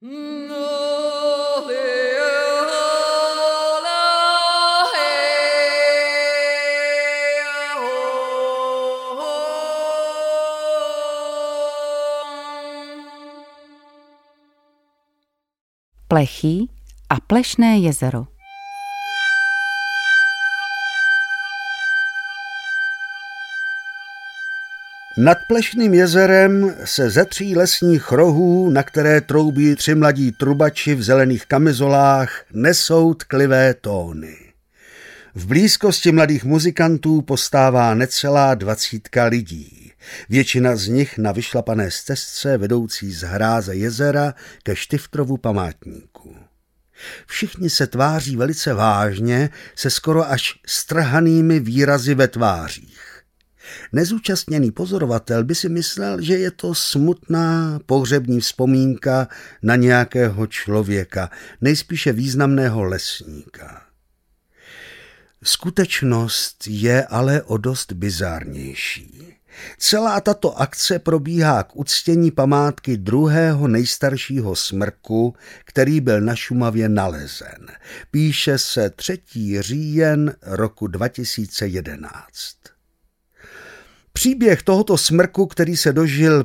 Plechý a Plešné jezero. Nad Plešným jezerem se ze 3 lesních rohů, na které troubí 3 mladí trubači v zelených kamizolách, nesou tklivé tóny. V blízkosti mladých muzikantů postává necelá 20 lidí. Většina z nich na vyšlapané stezce vedoucí z hráze jezera ke Štiftrovu památníku. Všichni se tváří velice vážně, se skoro až strhanými výrazy ve tvářích. Nezúčastněný pozorovatel by si myslel, že je to smutná pohřební vzpomínka na nějakého člověka, nejspíše významného lesníka. Skutečnost je ale o dost bizarnější. Celá tato akce probíhá k uctění památky druhého nejstaršího smrku, který byl na Šumavě nalezen. Píše se 3. říjen roku 2011. Příběh tohoto smrku, který se dožil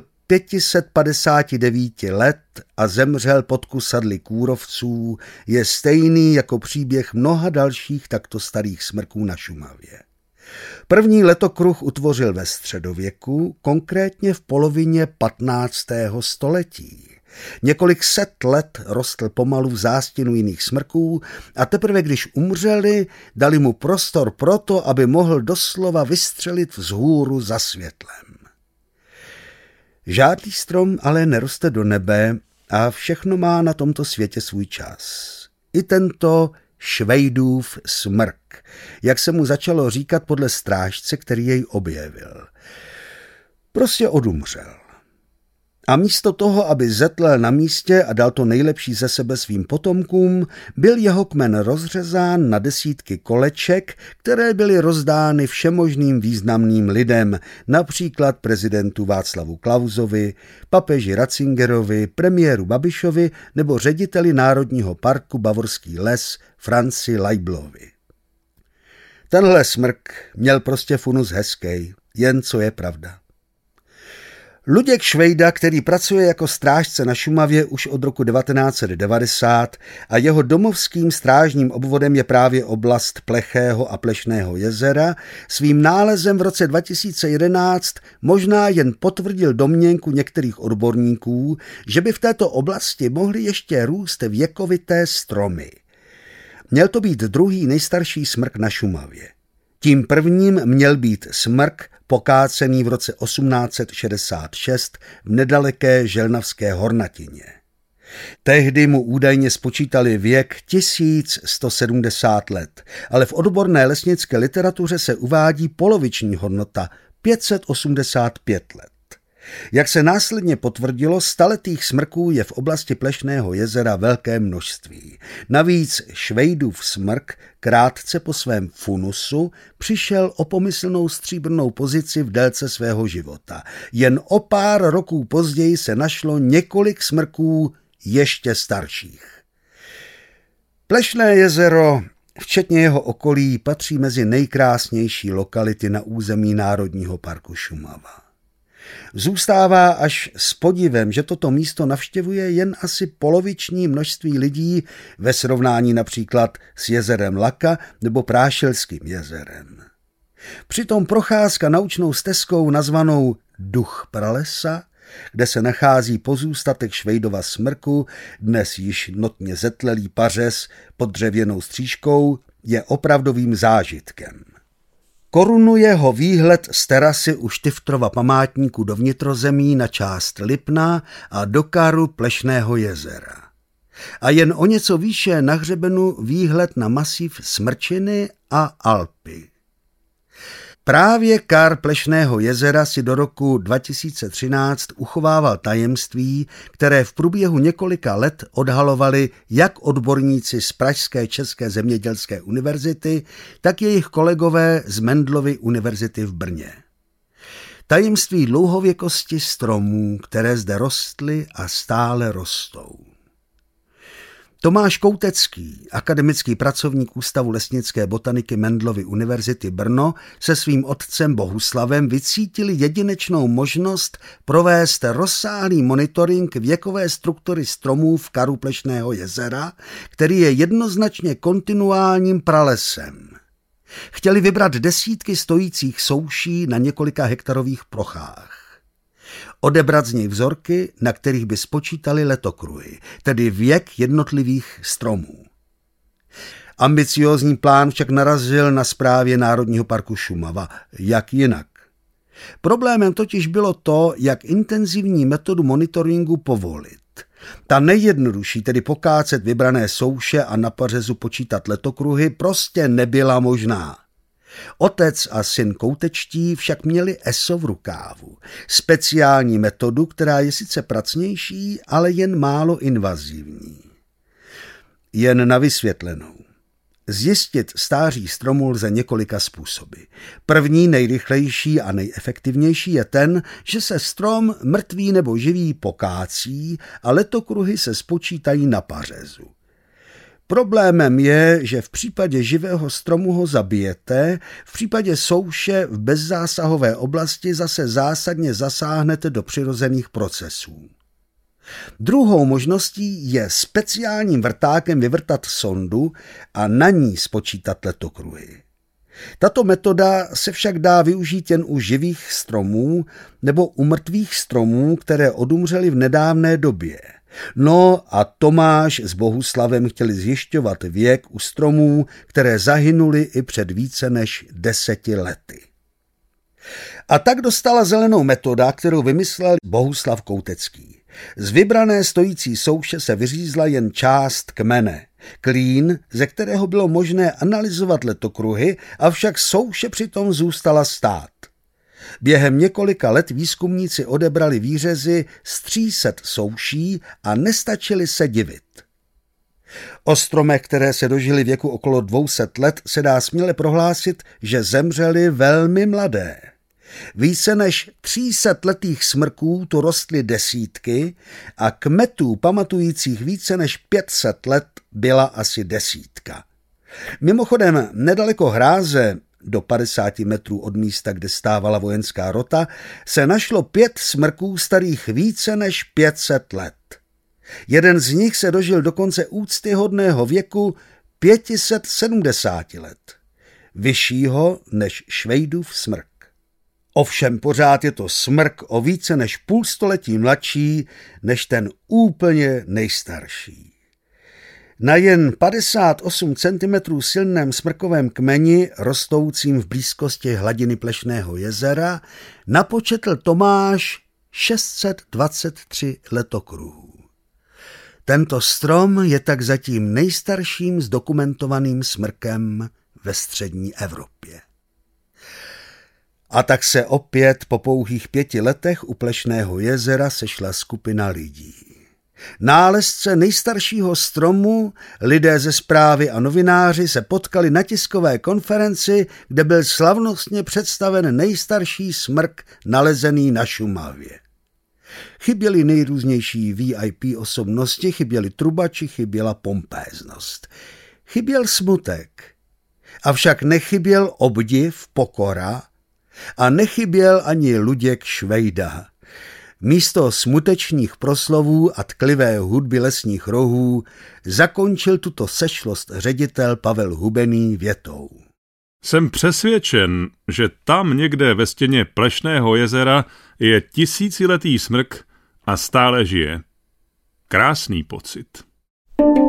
559 let a zemřel pod kusadly kůrovců, je stejný jako příběh mnoha dalších takto starých smrků na Šumavě. První letokruh utvořil ve středověku, konkrétně v polovině 15. století. Několik set let rostl pomalu v zástěnu jiných smrků a teprve když umřeli, dali mu prostor proto, aby mohl doslova vystřelit vzhůru za světlem. Žádný strom ale neroste do nebe a všechno má na tomto světě svůj čas. I tento Švejdův smrk, jak se mu začalo říkat podle strážce, který jej objevil. Prostě odumřel. A místo toho, aby zetlel na místě a dal to nejlepší ze sebe svým potomkům, byl jeho kmen rozřezán na desítky koleček, které byly rozdány všemožným významným lidem, například prezidentu Václavu Klausovi, papeži Ratzingerovi, premiéru Babišovi nebo řediteli Národního parku Bavorský les Franci Leiblovi. Tenhle smrk měl prostě funus hezkej, jen co je pravda. Luděk Švejda, který pracuje jako strážce na Šumavě už od roku 1990 a jeho domovským strážním obvodem je právě oblast Plechého a Plešného jezera, svým nálezem v roce 2011 možná jen potvrdil domněnku některých odborníků, že by v této oblasti mohly ještě růst věkovité stromy. Měl to být druhý nejstarší smrk na Šumavě. Tím prvním měl být smrk pokácený v roce 1866 v nedaleké Želnavské hornatině. Tehdy mu údajně spočítali věk 1170 let, ale v odborné lesnické literatuře se uvádí poloviční hodnota 585 let. Jak se následně potvrdilo, staletých smrků je v oblasti Plešného jezera velké množství. Navíc Švejdův smrk krátce po svém funusu přišel o pomyslnou stříbrnou pozici v délce svého života. Jen o pár roků později se našlo několik smrků ještě starších. Plešné jezero, včetně jeho okolí, patří mezi nejkrásnější lokality na území Národního parku Šumava. Zůstává až s podivem, že toto místo navštěvuje jen asi poloviční množství lidí ve srovnání například s jezerem Laka nebo Prášilským jezerem. Přitom procházka naučnou stezkou nazvanou Duch pralesa, kde se nachází pozůstatek Švejdova smrku, dnes již notně zetlelý pařez pod dřevěnou střížkou, je opravdovým zážitkem. Korunuje ho výhled z terasy u Štiftrova památníku do vnitrozemí na část Lipna a do karu Plešného jezera. A jen o něco výše na hřebenu výhled na masív Smrčiny a Alpy. Právě kar Plešného jezera si do roku 2013 uchovával tajemství, které v průběhu několika let odhalovali jak odborníci z Pražské České zemědělské univerzity, tak jejich kolegové z Mendelovy univerzity v Brně. Tajemství dlouhověkosti stromů, které zde rostly a stále rostou. Tomáš Koutecký, akademický pracovník Ústavu lesnické botaniky Mendelovy univerzity Brno, se svým otcem Bohuslavem vycítili jedinečnou možnost provést rozsáhlý monitoring věkové struktury stromů v karu Plešného jezera, který je jednoznačně kontinuálním pralesem. Chtěli vybrat desítky stojících souší na několika hektarových plochách. Odebrat z nich vzorky, na kterých by spočítali letokruhy, tedy věk jednotlivých stromů. Ambiciózní plán však narazil na správě Národního parku Šumava. Jak jinak? Problémem totiž bylo to, jak intenzivní metodu monitoringu povolit. Ta nejjednodušší, tedy pokácet vybrané souše a na pařezu počítat letokruhy, prostě nebyla možná. Otec a syn Koutečtí však měli ESO v rukávu. Speciální metodu, která je sice pracnější, ale jen málo invazivní. Jen na vysvětlenou. Zjistit stáří stromu lze několika způsoby. První, nejrychlejší a nejefektivnější je ten, že se strom mrtvý nebo živý pokácí a letokruhy se spočítají na pařezu. Problémem je, že v případě živého stromu ho zabijete, v případě souše v bezzásahové oblasti zase zásadně zasáhnete do přirozených procesů. Druhou možností je speciálním vrtákem vyvrtat sondu a na ní spočítat letokruhy. Tato metoda se však dá využít jen u živých stromů nebo u mrtvých stromů, které odumřely v nedávné době. No a Tomáš s Bohuslavem chtěli zjišťovat věk u stromů, které zahynuly i před více než 10 lety. A tak dostala zelenou metoda, kterou vymyslel Bohuslav Koutecký. Z vybrané stojící souše se vyřízla jen část kmene, klín, ze kterého bylo možné analyzovat letokruhy, avšak souše přitom zůstala stát. Během několika let výzkumníci odebrali výřezy z 300 souší a nestačili se divit. O stromech, které se dožily věku okolo 200 let, se dá směle prohlásit, že zemřely velmi mladé. Více než 300letých smrků tu rostly desítky a kmetů pamatujících více než 500 let byla asi desítka. Mimochodem, nedaleko Hráze, do 50 metrů od místa, kde stávala vojenská rota, se našlo 5 smrků starých více než 500 let. Jeden z nich se dožil dokonce úctyhodného věku 570 let, vyššího než Švejdův smrk. Ovšem pořád je to smrk o více než půl století mladší než ten úplně nejstarší. Na jen 58 cm silném smrkovém kmeni, rostoucím v blízkosti hladiny Plešného jezera, napočetl Tomáš 623 letokruhů. Tento strom je tak zatím nejstarším zdokumentovaným smrkem ve střední Evropě. A tak se opět po pouhých 5 letech u Plešného jezera sešla skupina lidí. Nálezce nejstaršího stromu, lidé ze Zprávy a novináři se potkali na tiskové konferenci, kde byl slavnostně představen nejstarší smrk nalezený na Šumavě. Chyběly nejrůznější VIP osobnosti, chyběli trubači, chyběla pompéznost. Chyběl smutek, avšak nechyběl obdiv, pokora a nechyběl ani Luděk Švejda. Místo smutečných proslovů a tklivé hudby lesních rohů zakončil tuto sešlost ředitel Pavel Hubený větou. Jsem přesvědčen, že tam někde ve stěně Plešného jezera je tisíciletý smrk a stále žije. Krásný pocit.